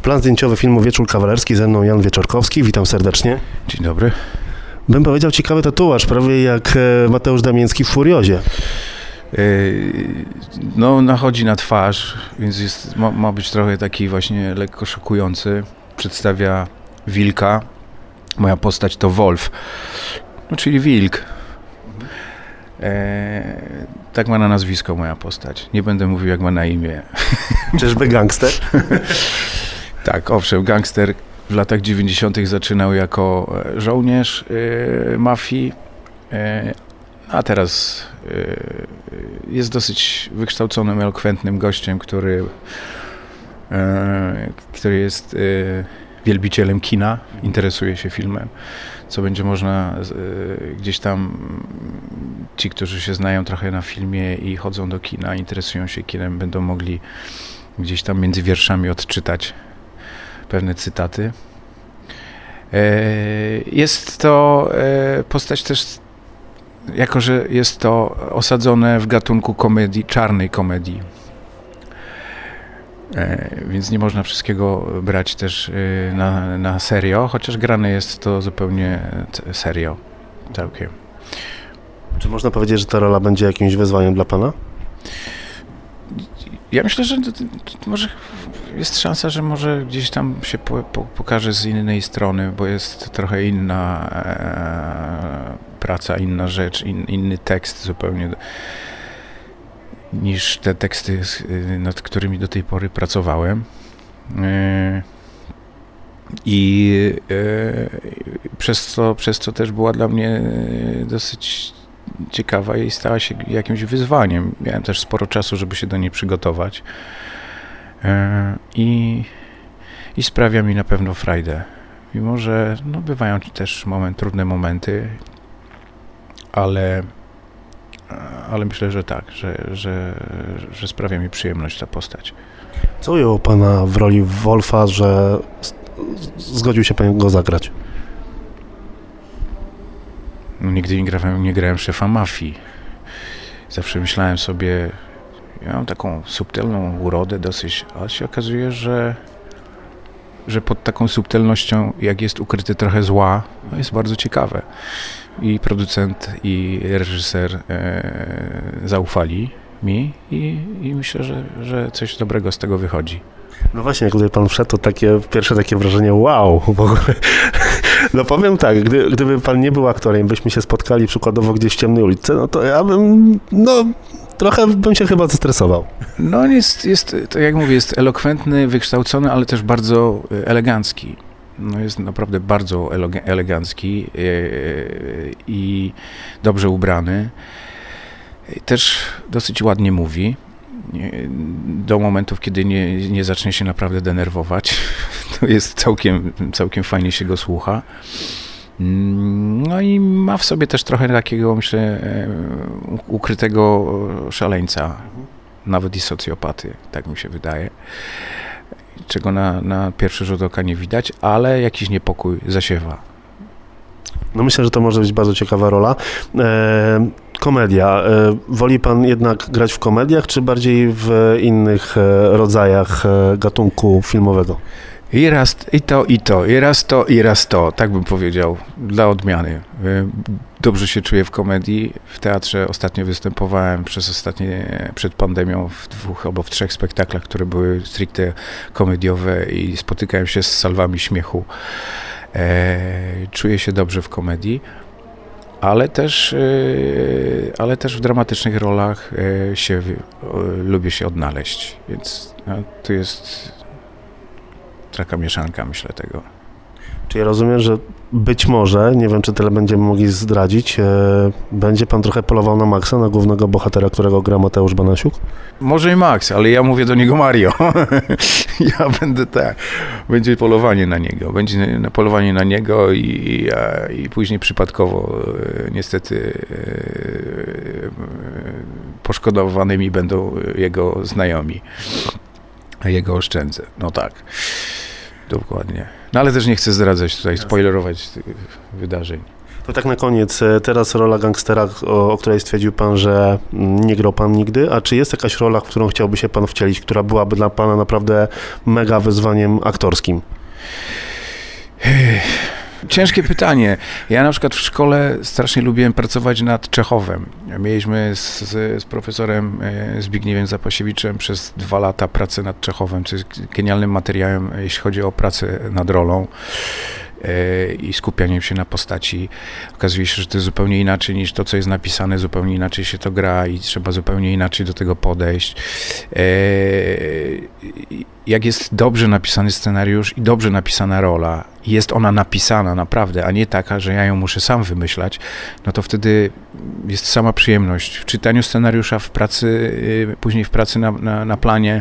Plan zdjęciowy filmu Wieczór Kawalerski, ze mną Jan Wieczorkowski, witam serdecznie. Dzień dobry. Bym powiedział ciekawy tatuaż, prawie jak Mateusz Damiński w Furiozie. No, nachodzi na twarz, więc ma być trochę taki właśnie lekko szokujący. Przedstawia wilka. Moja postać to Wolf, no, czyli wilk. Tak ma na nazwisko moja postać. Nie będę mówił, jak ma na imię. Czyżby gangster? Tak, owszem, gangster w latach 90. zaczynał jako żołnierz mafii, a teraz jest dosyć wykształconym, elokwentnym gościem, który jest wielbicielem kina, interesuje się filmem, co będzie można gdzieś tam, ci, którzy się znają trochę na filmie i chodzą do kina, interesują się kinem, będą mogli gdzieś tam między wierszami odczytać pewne cytaty. Jest to postać też, jako że jest to osadzone w gatunku komedii, czarnej komedii, więc nie można wszystkiego brać też na serio, chociaż grane jest to zupełnie serio, całkiem. Czy można powiedzieć, że ta rola będzie jakimś wyzwaniem dla pana? Ja myślę, że może jest szansa, że może gdzieś tam się pokaże z innej strony, bo jest trochę inna praca, inna rzecz, inny tekst zupełnie niż te teksty, nad którymi do tej pory pracowałem. I przez co też była dla mnie dosyć ciekawa i stała się jakimś wyzwaniem. Miałem też sporo czasu, żeby się do niej przygotować. I sprawia mi na pewno frajdę. Mimo że bywają też trudne momenty, ale myślę, że tak, że sprawia mi przyjemność ta postać. Co ujęło pana w roli Wolfa, że zgodził się pan go zagrać? Nigdy nie grałem szefa mafii. Zawsze myślałem sobie, ja mam taką subtelną urodę dosyć, ale się okazuje, że pod taką subtelnością, jak jest ukryte trochę zła, jest bardzo ciekawe. I producent, i reżyser zaufali mi i myślę, że coś dobrego z tego wychodzi. No właśnie, jak tutaj pan wszedł, to pierwsze takie wrażenie, wow, w ogóle. No powiem tak, gdyby pan nie był aktorem, byśmy się spotkali przykładowo gdzieś w ciemnej ulicy, no to ja bym, trochę bym się chyba zestresował. No jest, tak jak mówię, jest elokwentny, wykształcony, ale też bardzo elegancki. No jest naprawdę bardzo elegancki i dobrze ubrany. Też dosyć ładnie mówi. Do momentów, kiedy nie zacznie się naprawdę denerwować. To jest całkiem fajnie się go słucha. No i ma w sobie też trochę takiego, myślę, ukrytego szaleńca, nawet i socjopaty, tak mi się wydaje, czego na pierwszy rzut oka nie widać, ale jakiś niepokój zasiewa. No myślę, że to może być bardzo ciekawa rola. Komedia. Woli pan jednak grać w komediach, czy bardziej w innych rodzajach gatunku filmowego? I raz i to, i raz to, tak bym powiedział, dla odmiany. Dobrze się czuję w komedii. W teatrze ostatnio występowałem przed pandemią w 2 albo w 3 spektaklach, które były stricte komediowe i spotykałem się z salwami śmiechu. Czuję się dobrze w komedii, ale też w dramatycznych rolach lubię się odnaleźć, więc to jest taka mieszanka, myślę, tego. Czyli rozumiem, że być może, nie wiem, czy tyle będziemy mogli zdradzić, będzie pan trochę polował na Maxa, na głównego bohatera, którego gra Mateusz Banasiuk? Może i Max, ale ja mówię do niego Mario. Ja będę będzie polowanie na niego. Będzie polowanie na niego i później przypadkowo niestety poszkodowanymi będą jego znajomi, a jego oszczędzę. No tak. Dokładnie. No ale też nie chcę zdradzać tutaj, spoilerować tych wydarzeń. To tak na koniec, teraz rola gangstera, o której stwierdził pan, że nie grał pan nigdy, a czy jest jakaś rola, w którą chciałby się pan wcielić, która byłaby dla pana naprawdę mega wyzwaniem aktorskim? Ciężkie pytanie. Ja na przykład w szkole strasznie lubiłem pracować nad Czechowem. Mieliśmy z profesorem Zbigniewem Zapasiewiczem przez 2 lata pracę nad Czechowem, co jest genialnym materiałem, jeśli chodzi o pracę nad rolą i skupianiem się na postaci. Okazuje się, że to jest zupełnie inaczej niż to, co jest napisane, zupełnie inaczej się to gra i trzeba zupełnie inaczej do tego podejść. Jak jest dobrze napisany scenariusz i dobrze napisana rola, jest ona napisana naprawdę, a nie taka, że ja ją muszę sam wymyślać, no to wtedy jest sama przyjemność w czytaniu scenariusza, w pracy, później w pracy na planie.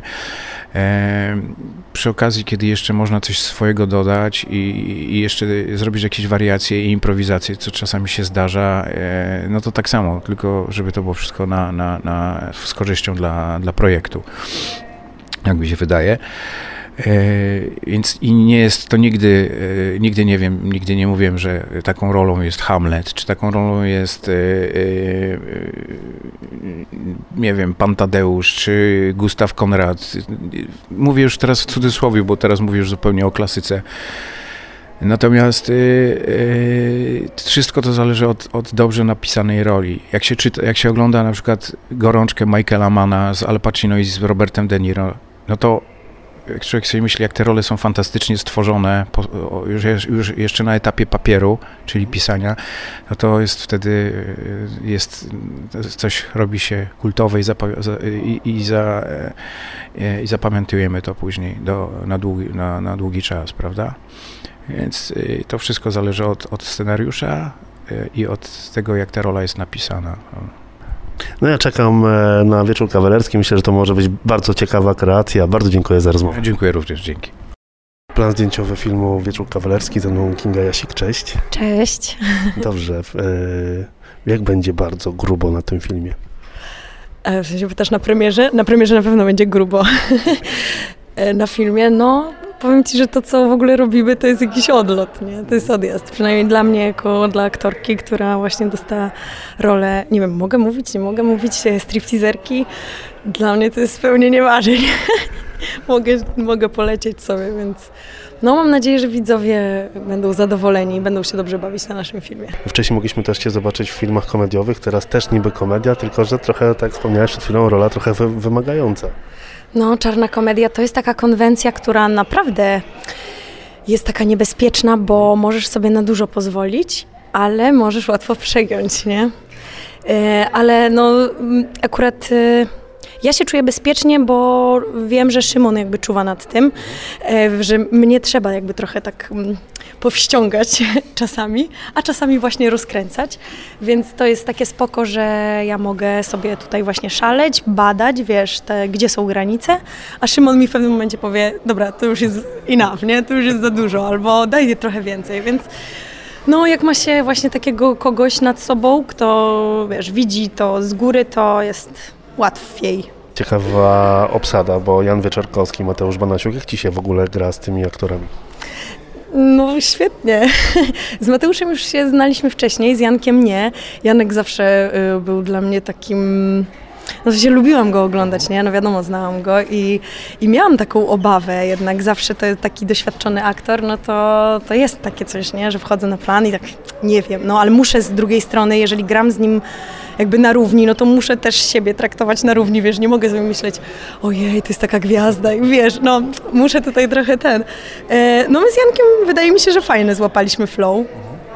Przy okazji, kiedy jeszcze można coś swojego dodać i jeszcze zrobić jakieś wariacje i improwizacje, co czasami się zdarza, no to tak samo, tylko żeby to było wszystko z korzyścią dla projektu, jak mi się wydaje. Więc i nie jest to nigdy nie wiem, nigdy nie mówiłem, że taką rolą jest Hamlet, czy taką rolą jest nie wiem, Pan Tadeusz, czy Gustaw Konrad. Mówię już teraz w cudzysłowie, bo teraz mówię już zupełnie o klasyce. Natomiast wszystko to zależy od dobrze napisanej roli. Jak się ogląda na przykład Gorączkę Michaela Manna z Al Pacino i z Robertem De Niro, no to jak człowiek sobie myśli, jak te role są fantastycznie stworzone, już jeszcze na etapie papieru, czyli pisania, no to jest wtedy coś robi się kultowe i zapamiętujemy to później na długi czas, prawda? Więc to wszystko zależy od scenariusza i od tego, jak ta rola jest napisana. No ja czekam na Wieczór Kawalerski. Myślę, że to może być bardzo ciekawa kreacja. Bardzo dziękuję za rozmowę. Dziękuję również, dzięki. Plan zdjęciowy filmu Wieczór Kawalerski, ze mną Kinga Jasik, cześć. Cześć. Dobrze. Jak będzie bardzo grubo na tym filmie? W sensie pytasz na premierze? Na premierze na pewno będzie grubo. Na filmie, no powiem ci, że to, co w ogóle robimy, to jest jakiś odlot, nie? To jest odjazd. Przynajmniej dla mnie, jako dla aktorki, która właśnie dostała rolę, nie wiem, mogę mówić, nie mogę mówić, stripteaserki. Dla mnie to jest spełnienie marzeń. mogę polecieć sobie, więc no mam nadzieję, że widzowie będą zadowoleni i będą się dobrze bawić na naszym filmie. Wcześniej mogliśmy też Cię zobaczyć w filmach komediowych, teraz też niby komedia, tylko że trochę, tak jak wspomniałeś przed chwilą, rola trochę wymagająca. No, czarna komedia to jest taka konwencja, która naprawdę jest taka niebezpieczna, bo możesz sobie na dużo pozwolić, ale możesz łatwo przegiąć, nie? Ale no akurat ja się czuję bezpiecznie, bo wiem, że Szymon jakby czuwa nad tym, że mnie trzeba jakby trochę tak powściągać czasami, a czasami właśnie rozkręcać, więc to jest takie spoko, że ja mogę sobie tutaj właśnie szaleć, badać, wiesz, gdzie są granice, a Szymon mi w pewnym momencie powie, dobra, to już jest enough, nie? To już jest za dużo, albo daj trochę więcej, więc no jak ma się właśnie takiego kogoś nad sobą, kto, wiesz, widzi to z góry, to jest łatwiej. Ciekawa obsada, bo Jan Wieczorkowski, Mateusz Banasiuk, jak Ci się w ogóle gra z tymi aktorami? No świetnie. Z Mateuszem już się znaliśmy wcześniej, z Jankiem nie. Janek zawsze był dla mnie takim... No w sensie lubiłam go oglądać, nie? No wiadomo, znałam go i miałam taką obawę, jednak zawsze to jest taki doświadczony aktor, no to jest takie coś, nie? Że wchodzę na plan i tak nie wiem, no ale muszę z drugiej strony, jeżeli gram z nim jakby na równi, no to muszę też siebie traktować na równi, wiesz, nie mogę sobie myśleć, ojej, to jest taka gwiazda i wiesz, no muszę tutaj trochę no my z Jankiem wydaje mi się, że fajne złapaliśmy flow.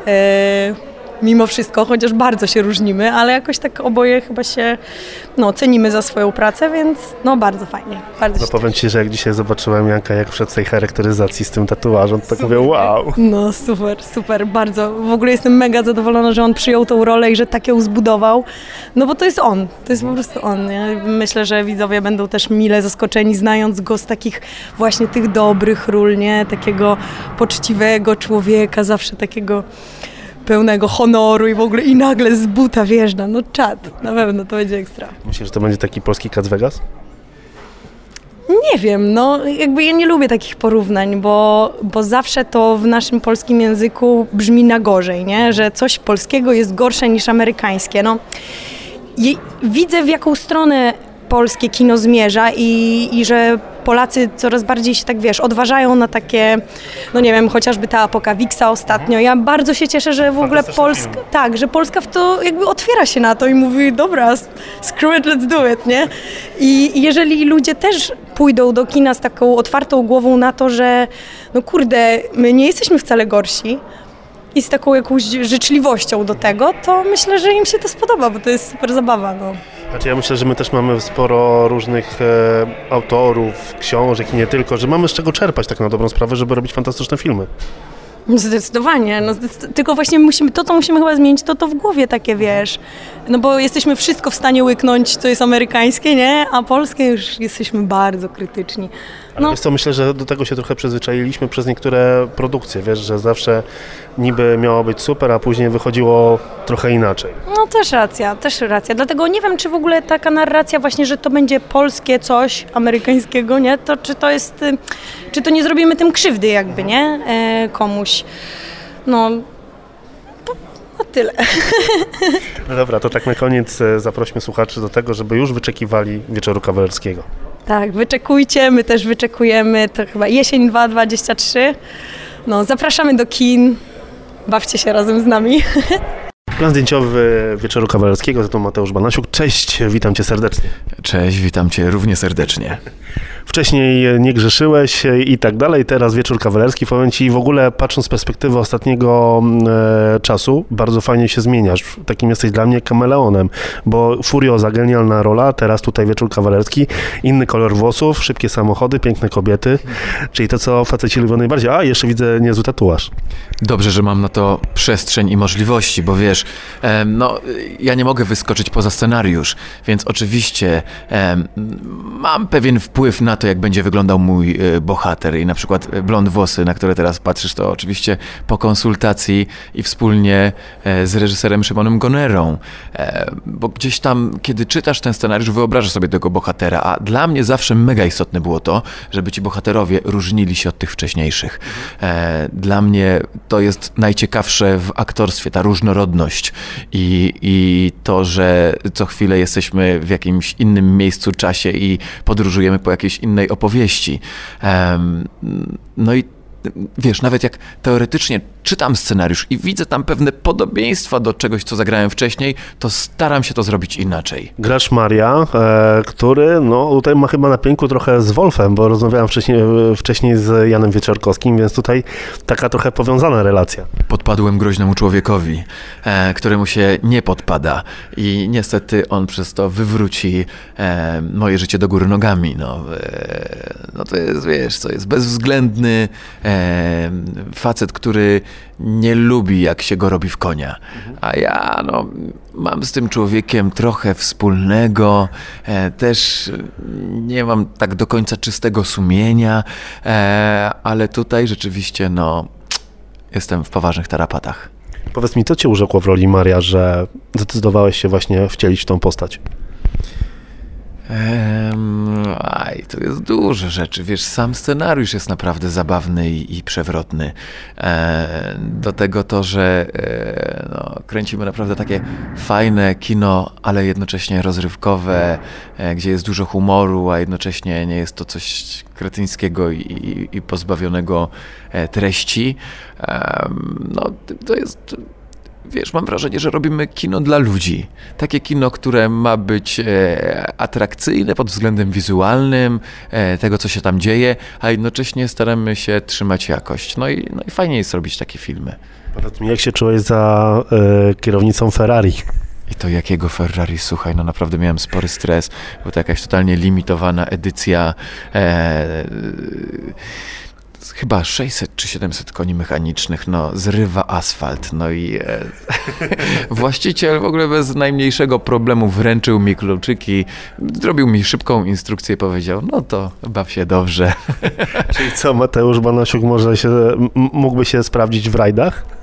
Mimo wszystko, chociaż bardzo się różnimy, ale jakoś tak oboje chyba się cenimy za swoją pracę, więc no bardzo fajnie. Bardzo no powiem Ci, że jak dzisiaj zobaczyłem Janka, jak wszedł z tej charakteryzacji z tym tatuażem, to tak super. Mówię wow. No super, bardzo. W ogóle jestem mega zadowolona, że on przyjął tą rolę i że tak ją zbudował, no bo to jest on, to jest po prostu on. Ja myślę, że widzowie będą też mile zaskoczeni, znając go z takich właśnie tych dobrych ról, nie? Takiego poczciwego człowieka, zawsze takiego pełnego honoru i w ogóle i nagle z buta wjeżdża. No czad, na pewno to będzie ekstra. Myślisz, że to będzie taki polski Cats Vegas? Nie wiem, no jakby ja nie lubię takich porównań, bo zawsze to w naszym polskim języku brzmi na gorzej, nie? Że coś polskiego jest gorsze niż amerykańskie. No, widzę, w jaką stronę polskie kino zmierza i że Polacy coraz bardziej się tak, wiesz, odważają na takie, no nie wiem, chociażby ta Apoka-Wixa ostatnio. Ja bardzo się cieszę, że w ogóle Polska, tak, że Polska w to jakby otwiera się na to i mówi, dobra, screw it, let's do it, nie? I jeżeli ludzie też pójdą do kina z taką otwartą głową na to, że no kurde, my nie jesteśmy wcale gorsi, i z taką jakąś życzliwością do tego, to myślę, że im się to spodoba, bo to jest super zabawa, no. Znaczy ja myślę, że my też mamy sporo różnych autorów, książek i nie tylko, że mamy z czego czerpać tak na dobrą sprawę, żeby robić fantastyczne filmy. Zdecydowanie, no tylko właśnie co musimy chyba zmienić, to w głowie takie, wiesz, no bo jesteśmy wszystko w stanie łyknąć, co jest amerykańskie, nie? A polskie już jesteśmy bardzo krytyczni. Ale wiesz co, myślę, że do tego się trochę przyzwyczailiśmy przez niektóre produkcje, wiesz, że zawsze niby miało być super, a później wychodziło trochę inaczej. No też racja, dlatego nie wiem, czy w ogóle taka narracja właśnie, że to będzie polskie coś amerykańskiego, nie? To czy to nie zrobimy tym krzywdy jakby, nie? Komuś. No, to tyle. No dobra, to tak na koniec zaprośmy słuchaczy do tego, żeby już wyczekiwali Wieczoru Kawalerskiego. Tak, wyczekujcie, my też wyczekujemy, to chyba jesień 2023. No, zapraszamy do kin, bawcie się razem z nami. Plan zdjęciowy Wieczoru Kawalerskiego, to Mateusz Banasiuk. Cześć, witam Cię serdecznie. Cześć, witam Cię równie serdecznie. Wcześniej nie grzeszyłeś i tak dalej, teraz Wieczór Kawalerski. Powiem Ci, w ogóle patrząc z perspektywy ostatniego czasu, bardzo fajnie się zmieniasz. Takim jesteś dla mnie kameleonem, bo Furioza, genialna rola, teraz tutaj Wieczór Kawalerski, inny kolor włosów, szybkie samochody, piękne kobiety, czyli to, co faceci lubią najbardziej. A, jeszcze widzę niezły tatuaż. Dobrze, że mam na to przestrzeń i możliwości, bo wiesz, ja nie mogę wyskoczyć poza scenariusz, więc oczywiście mam pewien wpływ na to, jak będzie wyglądał mój bohater i na przykład blond włosy, na które teraz patrzysz, to oczywiście po konsultacji i wspólnie z reżyserem Szymonem Gonerą, bo gdzieś tam, kiedy czytasz ten scenariusz, wyobrażasz sobie tego bohatera, a dla mnie zawsze mega istotne było to, żeby ci bohaterowie różnili się od tych wcześniejszych. Dla mnie to jest najciekawsze w aktorstwie, ta różnorodność i to, że co chwilę jesteśmy w jakimś innym miejscu, czasie i podróżujemy po jakiejś innej opowieści. No i wiesz, nawet jak teoretycznie czytam scenariusz i widzę tam pewne podobieństwa do czegoś, co zagrałem wcześniej, to staram się to zrobić inaczej. Grasz Maria, który tutaj ma chyba na pięku trochę z Wolfem, bo rozmawiałem wcześniej z Janem Wieczorkowskim, więc tutaj taka trochę powiązana relacja. Podpadłem groźnemu człowiekowi, któremu się nie podpada i niestety on przez to wywróci moje życie do góry nogami. No to jest, wiesz, to jest bezwzględny facet, który nie lubi, jak się go robi w konia. A ja, mam z tym człowiekiem trochę wspólnego, też nie mam tak do końca czystego sumienia, ale tutaj rzeczywiście, jestem w poważnych tarapatach. Powiedz mi, co Cię urzekło w roli Maria, że zdecydowałeś się właśnie wcielić w tą postać? To jest dużo rzeczy. Wiesz, sam scenariusz jest naprawdę zabawny i przewrotny. Do tego to, że kręcimy naprawdę takie fajne kino, ale jednocześnie rozrywkowe, gdzie jest dużo humoru, a jednocześnie nie jest to coś kretyńskiego i pozbawionego treści. To jest... Wiesz, mam wrażenie, że robimy kino dla ludzi. Takie kino, które ma być atrakcyjne pod względem wizualnym, tego, co się tam dzieje, a jednocześnie staramy się trzymać jakość. No i fajnie jest robić takie filmy. Powiedz mi, jak się czułeś za kierownicą Ferrari? I to jakiego Ferrari? Słuchaj, naprawdę miałem spory stres, bo to jakaś totalnie limitowana edycja, chyba 600 czy 700 koni mechanicznych, zrywa asfalt, i właściciel w ogóle bez najmniejszego problemu wręczył mi kluczyki, zrobił mi szybką instrukcję i powiedział, to baw się dobrze. Czyli co, Mateusz Banasiuk mógłby się sprawdzić w rajdach?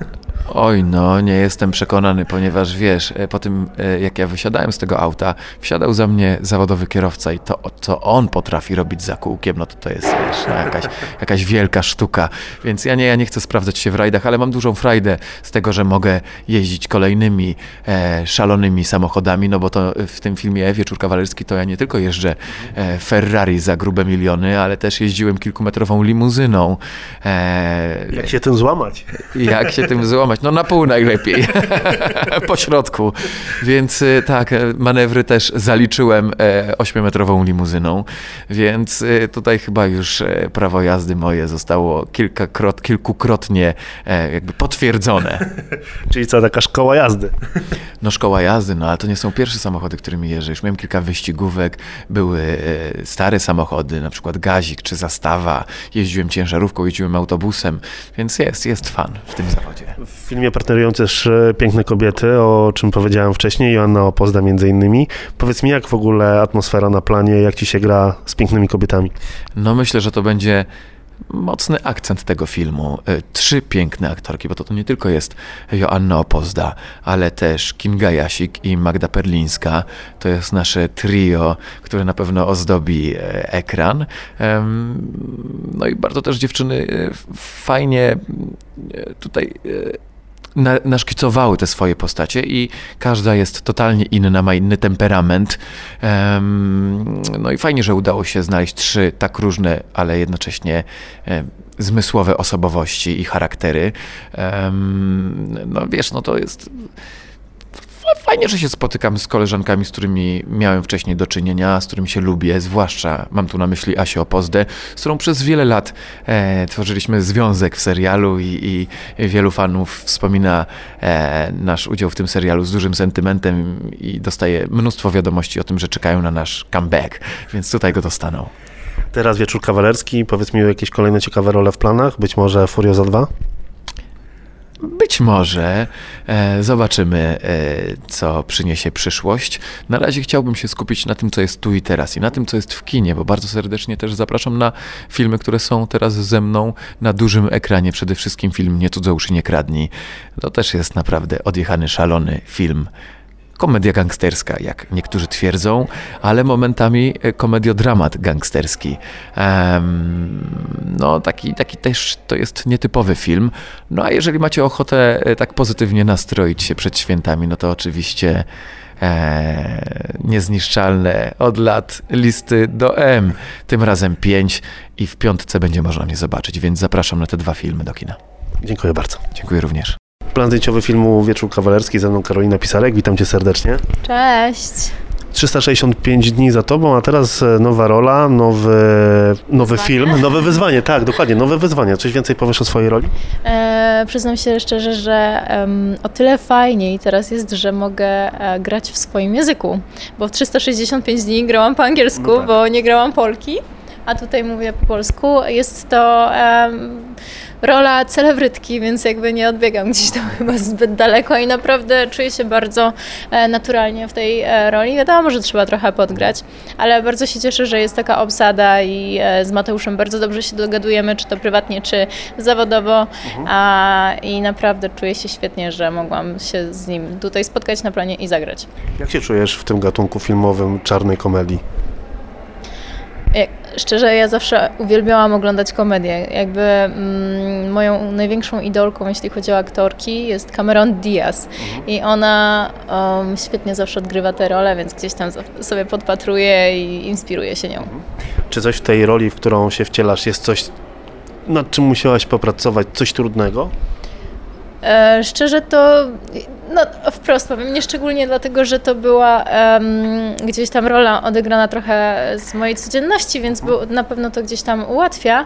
Oj, no, nie jestem przekonany, ponieważ wiesz, po tym jak ja wysiadałem z tego auta, wsiadał za mnie zawodowy kierowca i to, co on potrafi robić za kółkiem, no to jest, wiesz, no, jakaś wielka sztuka. Więc ja nie chcę sprawdzać się w rajdach, ale mam dużą frajdę z tego, że mogę jeździć kolejnymi szalonymi samochodami, no bo to w tym filmie Wieczór Kawalerski to ja nie tylko jeżdżę Ferrari za grube miliony, ale też jeździłem kilkumetrową limuzyną. Jak się tym złamać? Jak się tym złamać? No na pół najlepiej. Po środku. Więc tak, manewry też zaliczyłem 8-metrową limuzyną, więc tutaj chyba już prawo jazdy moje zostało kilkukrotnie jakby potwierdzone. Czyli co, taka szkoła jazdy? No szkoła jazdy, no ale to nie są pierwsze samochody, którymi jeżdżę. Już miałem kilka wyścigówek, były stare samochody, na przykład Gazik czy Zastawa. Jeździłem ciężarówką, jeździłem autobusem, więc jest fan w tym zawodzie. W filmie partnerują też piękne kobiety, o czym powiedziałem wcześniej, Joanna Opozda między innymi. Powiedz mi, jak w ogóle atmosfera na planie, jak ci się gra z pięknymi kobietami? No myślę, że to będzie mocny akcent tego filmu. 3 piękne aktorki, bo to nie tylko jest Joanna Opozda, ale też Kinga Jasik i Magda Perlińska. To jest nasze trio, które na pewno ozdobi ekran. No i bardzo też dziewczyny fajnie tutaj naszkicowały te swoje postacie i każda jest totalnie inna, ma inny temperament. No i fajnie, że udało się znaleźć 3 tak różne, ale jednocześnie zmysłowe osobowości i charaktery. No wiesz, no to jest... Fajnie, że się spotykam z koleżankami, z którymi miałem wcześniej do czynienia, z którymi się lubię, zwłaszcza mam tu na myśli Asię Opozdę, z którą przez wiele lat tworzyliśmy związek w serialu i wielu fanów wspomina nasz udział w tym serialu z dużym sentymentem i dostaje mnóstwo wiadomości o tym, że czekają na nasz comeback, więc tutaj go dostaną. Teraz Wieczór Kawalerski, powiedz mi, jakieś kolejne ciekawe role w planach, być może Furioza 2? Być może. Zobaczymy, co przyniesie przyszłość. Na razie chciałbym się skupić na tym, co jest tu i teraz i na tym, co jest w kinie, bo bardzo serdecznie też zapraszam na filmy, które są teraz ze mną na dużym ekranie. Przede wszystkim film Nie cudzołóż i nie kradnij. To też jest naprawdę odjechany, szalony film. Komedia gangsterska, jak niektórzy twierdzą, ale momentami komediodramat gangsterski. No taki też to jest nietypowy film. No a jeżeli macie ochotę tak pozytywnie nastroić się przed świętami, no to oczywiście Niezniszczalne od lat listy do M. Tym razem 5 i w piątce będzie można mnie zobaczyć, więc zapraszam na te 2 filmy do kina. Dziękuję bardzo. Dziękuję również. Plan zdjęciowy filmu Wieczór Kawalerski, ze mną Karolina Pisarek, witam cię serdecznie. Cześć! 365 dni za tobą, a teraz nowa rola, nowy film, nowe wyzwanie, tak, dokładnie, nowe wyzwanie. Coś więcej powiesz o swojej roli? Przyznam się szczerze, że o tyle fajniej teraz jest, że mogę grać w swoim języku, bo w 365 dni grałam po angielsku, No tak. bo nie grałam Polki, a tutaj mówię po polsku. Jest to rola celebrytki, więc jakby nie odbiegam gdzieś tam chyba zbyt daleko i naprawdę czuję się bardzo naturalnie w tej roli. Wiadomo, że trzeba trochę podgrać, ale bardzo się cieszę, że jest taka obsada i z Mateuszem bardzo dobrze się dogadujemy, czy to prywatnie, czy zawodowo. I naprawdę czuję się świetnie, że mogłam się z nim tutaj spotkać na planie i zagrać. Jak się czujesz w tym gatunku filmowym czarnej komedii? Szczerze, ja zawsze uwielbiałam oglądać komedię. Jakby moją największą idolką, jeśli chodzi o aktorki, jest Cameron Diaz. I ona świetnie zawsze odgrywa tę rolę, więc gdzieś tam sobie podpatruję i inspiruję się nią. Czy coś w tej roli, w którą się wcielasz, jest coś, nad czym musiałaś popracować, coś trudnego? Szczerze to, no wprost powiem, nie szczególnie dlatego, że to była gdzieś tam rola odegrana trochę z mojej codzienności, więc na pewno to gdzieś tam ułatwia.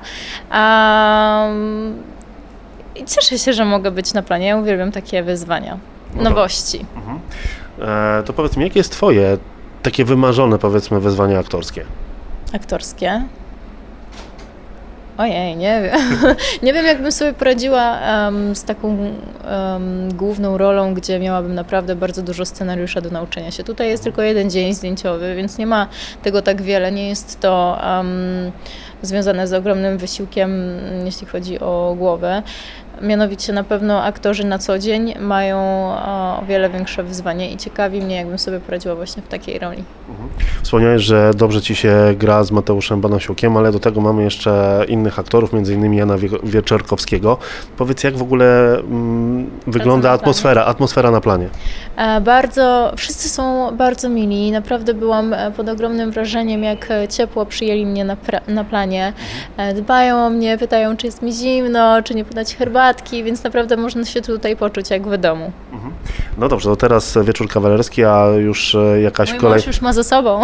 I cieszę się, że mogę być na planie. Ja uwielbiam takie wyzwania, nowości. To powiedz mi, jakie jest twoje takie wymarzone, powiedzmy, wyzwanie aktorskie? Aktorskie? Ojej, nie wiem. Nie wiem, jakbym sobie poradziła z taką główną rolą, gdzie miałabym naprawdę bardzo dużo scenariusza do nauczenia się. Tutaj jest tylko 1 dzień zdjęciowy, więc nie ma tego tak wiele. Nie jest to związane z ogromnym wysiłkiem, jeśli chodzi o głowę. mianowicie na pewno aktorzy na co dzień mają o wiele większe wyzwanie i ciekawi mnie, jakbym sobie poradziła właśnie w takiej roli. Wspomniałeś, że dobrze ci się gra z Mateuszem Banasiukiem, ale do tego mamy jeszcze innych aktorów, między innymi Jana Wieczorkowskiego. Powiedz, jak w ogóle wygląda atmosfera na planie? Wszyscy są bardzo mili. Naprawdę byłam pod ogromnym wrażeniem, jak ciepło przyjęli mnie na planie. Dbają o mnie, pytają, czy jest mi zimno, czy nie podać herbatki, więc naprawdę można się tutaj poczuć jak w domu. No dobrze, to teraz wieczór kawalerski, a już jakaś Mój mąż już ma za sobą.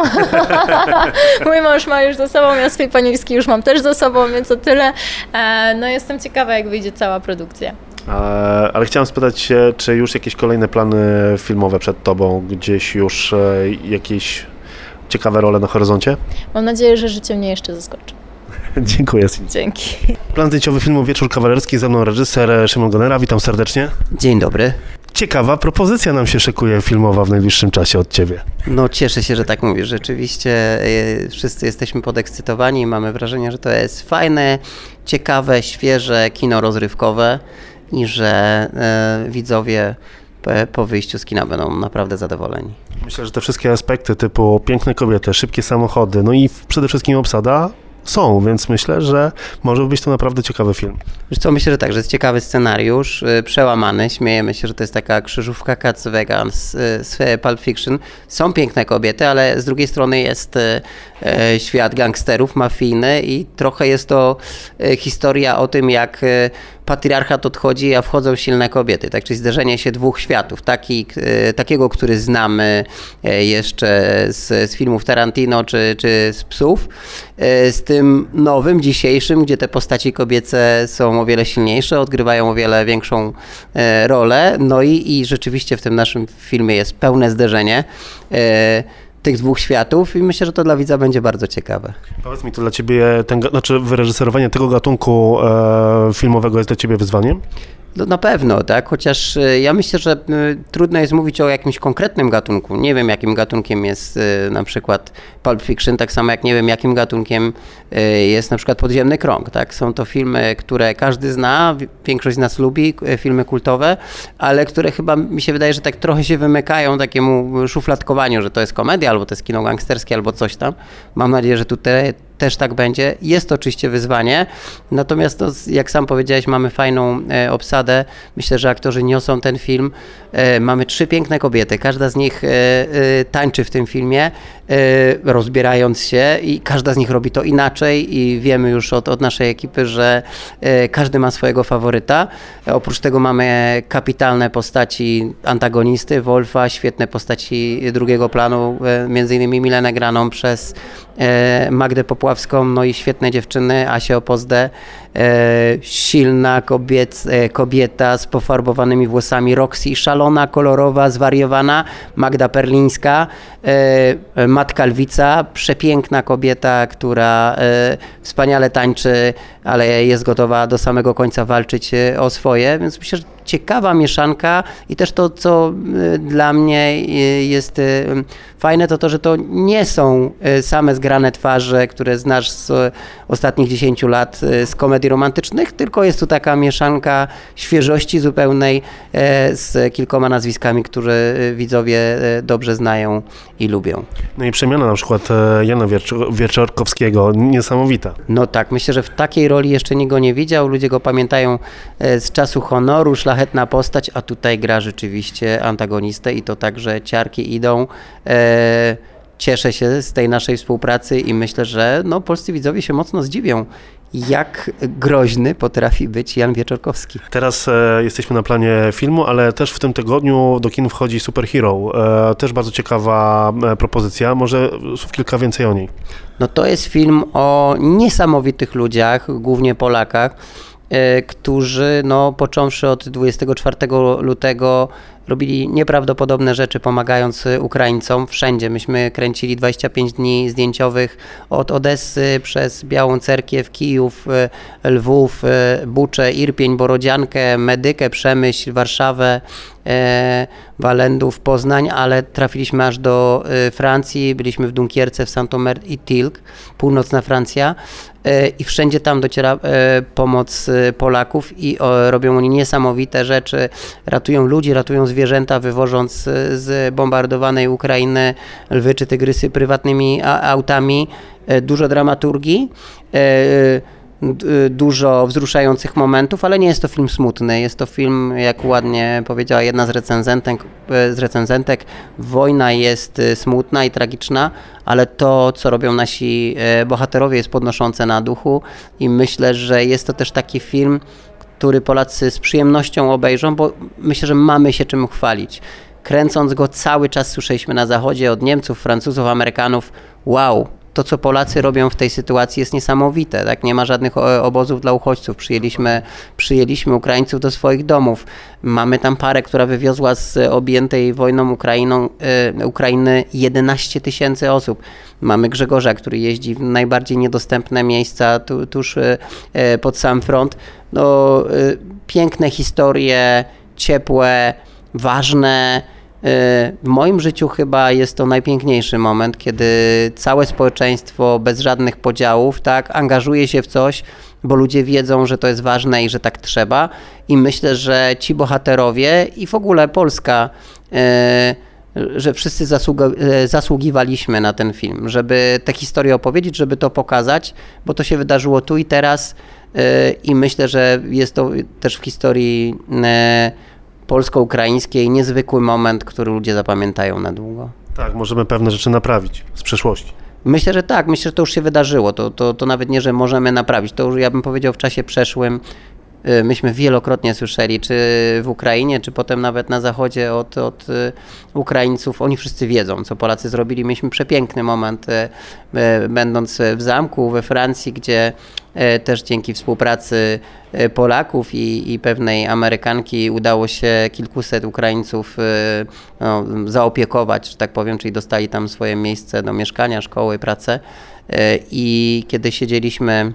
Mój mąż ma już za sobą, ja swój paniewski już mam też za sobą, więc o tyle. No jestem ciekawa, jak wyjdzie cała produkcja. Ale chciałem spytać się, czy już jakieś kolejne plany filmowe przed tobą, gdzieś już jakieś ciekawe role na horyzoncie? Mam nadzieję, że życie mnie jeszcze zaskoczy. Dziękuję. Dzięki. Plan zdjęciowy filmu Wieczór kawalerski, ze mną reżyser Szymon Gonera, witam serdecznie. Dzień dobry. Ciekawa propozycja nam się szykuje filmowa w najbliższym czasie od ciebie. No cieszę się, że tak mówisz. Rzeczywiście wszyscy jesteśmy podekscytowani i mamy wrażenie, że to jest fajne, ciekawe, świeże kino rozrywkowe i że widzowie po wyjściu z kina będą naprawdę zadowoleni. Myślę, że te wszystkie aspekty typu piękne kobiety, szybkie samochody, no i przede wszystkim obsada są, więc myślę, że może być to naprawdę ciekawy film. Wiesz co, myślę, że tak, że jest ciekawy scenariusz, przełamany, śmiejemy się, że to jest taka krzyżówka Cats Vegan z Pulp Fiction. Są piękne kobiety, ale z drugiej strony jest świat gangsterów, mafijny i trochę jest to historia o tym, jak patriarchat odchodzi, a wchodzą silne kobiety, tak? Czyli zderzenie się dwóch światów, takiego, który znamy jeszcze z filmów Tarantino czy z Psów, z tym nowym, dzisiejszym, gdzie te postaci kobiece są o wiele silniejsze, odgrywają o wiele większą rolę, no i rzeczywiście w tym naszym filmie jest pełne zderzenie tych dwóch światów i myślę, że to dla widza będzie bardzo ciekawe. Powiedz mi, to dla ciebie, wyreżyserowanie tego gatunku filmowego jest dla ciebie wyzwaniem? No, na pewno, tak, chociaż ja myślę, że trudno jest mówić o jakimś konkretnym gatunku. Nie wiem, jakim gatunkiem jest na przykład Pulp Fiction, tak samo jak nie wiem, jakim gatunkiem jest na przykład Podziemny Krąg, tak. Są to filmy, które każdy zna, większość z nas lubi, filmy kultowe, ale które chyba mi się wydaje, że tak trochę się wymykają takiemu szufladkowaniu, że to jest komedia, albo to jest kino gangsterskie, albo coś tam. Mam nadzieję, że tutaj też tak będzie. Jest to oczywiście wyzwanie, natomiast no, jak sam powiedziałeś, mamy fajną obsadę. Myślę, że aktorzy niosą ten film. Mamy 3 piękne kobiety. Każda z nich tańczy w tym filmie, rozbierając się i każda z nich robi to inaczej i wiemy już od naszej ekipy, że każdy ma swojego faworyta. Oprócz tego mamy kapitalne postaci antagonisty, Wolfa, świetne postaci drugiego planu, między innymi Milenę graną przez Magdę Popławską, no i świetne dziewczyny, Asię Opozdę, silna kobieta z pofarbowanymi włosami, Roxy, szalona, kolorowa, zwariowana, Magda Perlińska, Matka Lwica, przepiękna kobieta, która wspaniale tańczy, ale jest gotowa do samego końca walczyć o swoje, więc myślę, że ciekawa mieszanka i też to, co dla mnie jest fajne, to, że to nie są same zgrane twarze, które znasz z ostatnich 10 lat z komedii romantycznych, tylko jest tu taka mieszanka świeżości zupełnej z kilkoma nazwiskami, które widzowie dobrze znają i lubią. No i przemiana na przykład Jana Wieczorkowskiego, niesamowita. No tak, myślę, że w takiej roli jeszcze nikt go nie widział, ludzie go pamiętają z Czasu honoru, szlachetna postać, a tutaj gra rzeczywiście antagonistę i to także ciarki idą. Cieszę się z tej naszej współpracy i myślę, że no, polscy widzowie się mocno zdziwią, jak groźny potrafi być Jan Wieczorkowski. Teraz jesteśmy na planie filmu, ale też w tym tygodniu do kin wchodzi Superhero. Też bardzo ciekawa propozycja, może słów kilka więcej o niej. No to jest film o niesamowitych ludziach, głównie Polakach, którzy no, począwszy od 24 lutego robili nieprawdopodobne rzeczy, pomagając Ukraińcom wszędzie. Myśmy kręcili 25 dni zdjęciowych od Odessy przez Białą Cerkiew, Kijów, Lwów, Buczę, Irpień, Borodziankę, Medykę, Przemyśl, Warszawę, Walendów, Poznań, ale trafiliśmy aż do Francji, byliśmy w Dunkierce, w Saint-Omer i Tilk, północna Francja, i wszędzie tam dociera pomoc Polaków i robią oni niesamowite rzeczy, ratują ludzi, ratują zwierzęta, wywożąc z bombardowanej Ukrainy lwy czy tygrysy prywatnymi autami. Dużo dramaturgii, dużo wzruszających momentów, ale nie jest to film smutny. Jest to film, jak ładnie powiedziała jedna z recenzentek, wojna jest smutna i tragiczna, ale to, co robią nasi bohaterowie, jest podnoszące na duchu i myślę, że jest to też taki film, który Polacy z przyjemnością obejrzą, bo myślę, że mamy się czym chwalić. Kręcąc go cały czas słyszeliśmy na Zachodzie od Niemców, Francuzów, Amerykanów: wow, to, co Polacy robią w tej sytuacji, jest niesamowite. Tak? Nie ma żadnych obozów dla uchodźców. Przyjęliśmy Ukraińców do swoich domów. Mamy tam parę, która wywiozła z objętej wojną Ukrainy 11 000 osób. Mamy Grzegorza, który jeździ w najbardziej niedostępne miejsca tuż pod sam front. No, piękne historie, ciepłe, ważne. W moim życiu chyba jest to najpiękniejszy moment, kiedy całe społeczeństwo bez żadnych podziałów, tak, angażuje się w coś, bo ludzie wiedzą, że to jest ważne i że tak trzeba. I myślę, że ci bohaterowie i w ogóle Polska, że wszyscy zasługiwaliśmy na ten film, żeby tę historię opowiedzieć, żeby to pokazać, bo to się wydarzyło tu i teraz i myślę, że jest to też w historii polsko-ukraińskiej niezwykły moment, który ludzie zapamiętają na długo. Tak, możemy pewne rzeczy naprawić z przeszłości. Myślę, że tak. Myślę, że to już się wydarzyło. To nawet nie, że możemy naprawić. To już, ja bym powiedział, w czasie przeszłym. Myśmy wielokrotnie słyszeli, czy w Ukrainie, czy potem nawet na Zachodzie od Ukraińców. Oni wszyscy wiedzą, co Polacy zrobili. Mieliśmy przepiękny moment, będąc w zamku we Francji, gdzie też dzięki współpracy Polaków i pewnej Amerykanki udało się kilkuset Ukraińców zaopiekować, że tak powiem, czyli dostali tam swoje miejsce do mieszkania, szkoły, pracę. I kiedy siedzieliśmy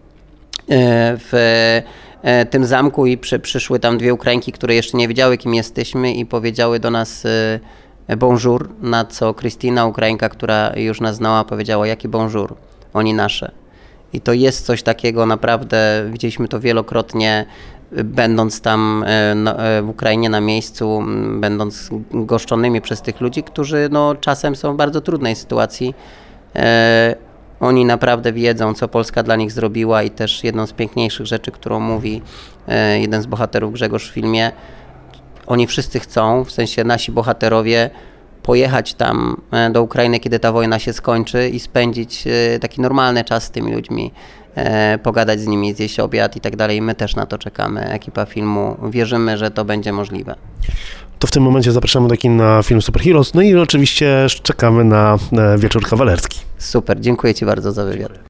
w tym zamku i przyszły tam dwie Ukrainki, które jeszcze nie wiedziały, kim jesteśmy i powiedziały do nas bonjour, na co Krystyna, Ukrainka, która już nas znała, powiedziała: jaki bonjour, oni nasze. I to jest coś takiego naprawdę, widzieliśmy to wielokrotnie, będąc tam w Ukrainie na miejscu, będąc goszczonymi przez tych ludzi, którzy czasem są w bardzo trudnej sytuacji. Oni naprawdę wiedzą, co Polska dla nich zrobiła i też jedną z piękniejszych rzeczy, którą mówi jeden z bohaterów, Grzegorz, w filmie, oni wszyscy chcą, w sensie nasi bohaterowie, pojechać tam do Ukrainy, kiedy ta wojna się skończy i spędzić taki normalny czas z tymi ludźmi, pogadać z nimi, zjeść obiad i tak dalej. My też na to czekamy, ekipa filmu. Wierzymy, że to będzie możliwe. To w tym momencie zapraszamy do kin na film Superheroes, no i oczywiście czekamy na Wieczór Kawalerski. Super, dziękuję Ci bardzo za wywiad.